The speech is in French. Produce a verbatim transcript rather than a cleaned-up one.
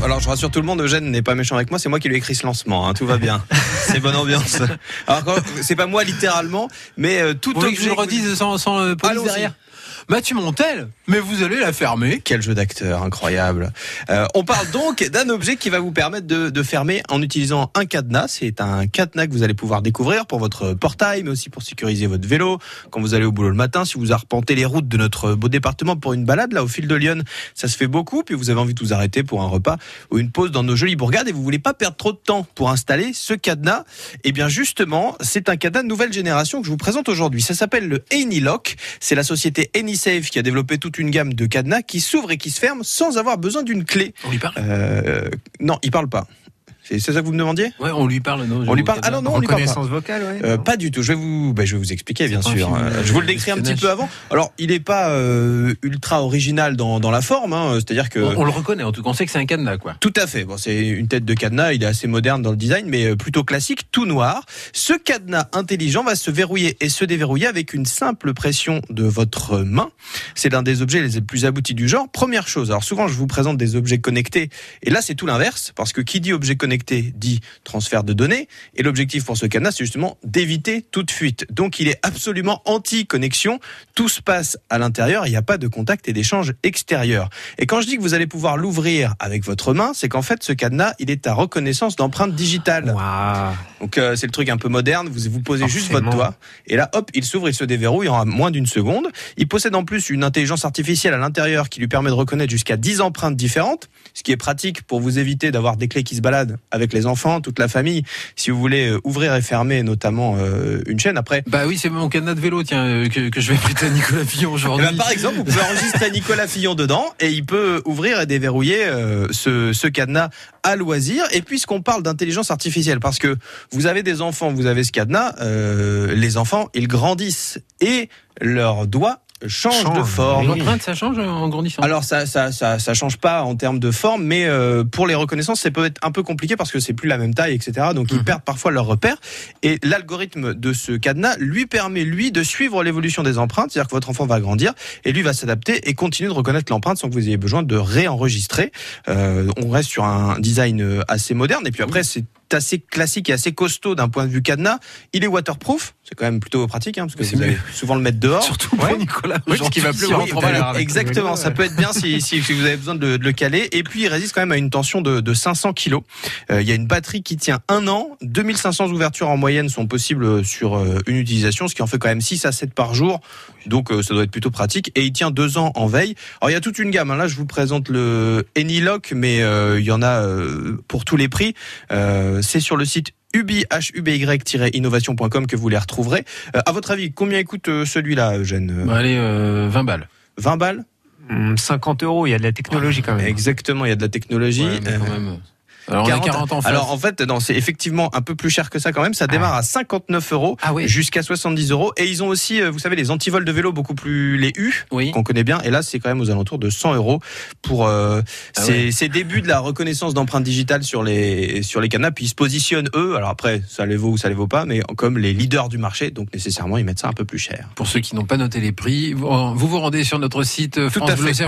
alors je rassure tout le monde, Eugène n'est pas méchant avec moi, c'est moi qui lui ai écrit ce lancement, hein, tout va bien. C'est bonne ambiance. Alors quand, c'est pas moi littéralement, mais euh, tout Vous voulez objet... que je le redise sans, sans euh, police Allons-y. derrière? Mathieu Montel, mais vous allez la fermer. Quel jeu d'acteur incroyable. Euh, on parle donc d'un objet qui va vous permettre de, de fermer en utilisant un cadenas. C'est un cadenas que vous allez pouvoir découvrir pour votre portail, mais aussi pour sécuriser votre vélo. Quand vous allez au boulot le matin, si vous arpentez les routes de notre beau département pour une balade, là, au fil de Lyon, ça se fait beaucoup. Puis vous avez envie de vous arrêter pour un repas ou une pause dans nos jolies bourgades et vous voulez pas perdre trop de temps pour installer ce cadenas. Eh bien, justement, c'est un cadenas de nouvelle génération que je vous présente aujourd'hui. Ça s'appelle le AnyLock. C'est la société AnySafe qui a développé toute une gamme de cadenas qui s'ouvrent et qui se ferment sans avoir besoin d'une clé. On lui parle euh, Non, il parle pas. C'est, c'est ça que vous me demandiez ? Ouais, on lui parle. Non, On lui parle. Ah non, non, on lui parle pas. Reconnaissance vocale, ouais. Euh, pas du tout. Je vais vous, bah, je vais vous expliquer, bien C'est pas un sûr. film, Euh, je vous le décris un petit peu avant. Alors, il est pas euh, ultra original dans dans la forme. Hein, c'est-à-dire que On, on le reconnaît. En tout cas, on sait que c'est un cadenas, quoi. tout à fait. Bon, c'est une tête de cadenas. Il est assez moderne dans le design, mais plutôt classique, tout noir. Ce cadenas intelligent va se verrouiller et se déverrouiller avec une simple pression de votre main. C'est l'un des objets les plus aboutis du genre. Première chose. Alors souvent, je vous présente des objets connectés, et là, c'est tout l'inverse, parce que qui dit objet connecté dit transfert de données. Et l'objectif pour ce cadenas, c'est justement d'éviter toute fuite. Donc, il est absolument anti-connexion. Tout se passe à l'intérieur. Il n'y a pas de contact et d'échange extérieur. Et quand je dis que vous allez pouvoir l'ouvrir avec votre main, c'est qu'en fait, ce cadenas, il est à reconnaissance d'empreinte digitale. Waouh. Donc, euh, c'est le truc un peu moderne. Vous vous posez juste Forcément. votre doigt. Et là, hop, il s'ouvre, il se déverrouille en moins d'une seconde. Il possède en plus une intelligence artificielle à l'intérieur qui lui permet de reconnaître jusqu'à dix empreintes différentes. Ce qui est pratique pour vous éviter d'avoir des clés qui se baladent avec les enfants, toute la famille. Si vous voulez euh, ouvrir et fermer notamment euh, une chaîne, après... Bah oui, c'est mon cadenas de vélo, tiens, euh, que, que je vais prêter à Nicolas Fillon aujourd'hui. Eh ben, par exemple, vous pouvez enregistrer Nicolas Fillon dedans et il peut ouvrir et déverrouiller euh, ce, ce cadenas à loisir. Et puisqu'on parle d'intelligence artificielle, parce que vous avez des enfants, vous avez ce cadenas, euh, les enfants, ils grandissent et leurs doigts changent Change, de forme. L'empreinte, ça change en grandissant. Alors ça, ça, ça, ça change pas en termes de forme, mais euh, pour les reconnaissances, ça peut être un peu compliqué parce que c'est plus la même taille, et cetera. Donc ils Mhm. perdent parfois leurs repères. Et l'algorithme de ce cadenas lui permet lui de suivre l'évolution des empreintes, c'est-à-dire que votre enfant va grandir et lui va s'adapter et continuer de reconnaître l'empreinte sans que vous ayez besoin de réenregistrer. Euh, on reste sur un design assez moderne. Et puis après, c'est assez classique et assez costaud d'un point de vue cadenas. Il est waterproof, c'est quand même plutôt pratique, hein, parce que C'est vous mieux. allez souvent le mettre dehors. Surtout pour Ouais. Nicolas. Oui, parce qu'il va aujourd'hui, pleuvoir si trop on à va l'heure. le- Exactement, vélo, ça ouais. peut être bien si, si, si vous avez besoin de, de le caler. Et puis il résiste quand même à une tension de, de cinq cents kilos. Euh, il y a une batterie qui tient un an. deux mille cinq cents ouvertures en moyenne sont possibles sur euh, une utilisation, ce qui en fait quand même six à sept par jour. Donc euh, ça doit être plutôt pratique. Et il tient deux ans en veille. Alors il y a toute une gamme. Hein. Là je vous présente le AnyLock, mais euh, il y en a euh, pour tous les prix. Euh, c'est sur le site uby innovation point com que vous les retrouverez. Euh, à votre avis, combien coûte euh, celui-là, Eugène ? Bah, allez, euh, vingt balles. vingt balles ? Hum, cinquante euros, il y a de la technologie quand même. Exactement, il y a de la technologie. Ouais, mais quand Euh, même. Alors, on a quarante en face. Alors en fait, non, c'est effectivement un peu plus cher que ça quand même. Ça démarre à cinquante-neuf euros Ah oui. jusqu'à soixante-dix euros. Et ils ont aussi, euh, vous savez, les antivols de vélo beaucoup plus les U Oui. qu'on connaît bien. Et là, c'est quand même aux alentours de cent euros pour euh, Ah ces, ouais. ces débuts de la reconnaissance d'empreintes digitales sur les sur les cadenas. Puis ils se positionnent eux. Alors après, ça les vaut ou ça les vaut pas, mais comme les leaders du marché. Donc nécessairement, ils mettent ça un peu plus cher. Pour ceux qui n'ont pas noté les prix, vous vous, vous rendez sur notre site Tout à France Bleu fait.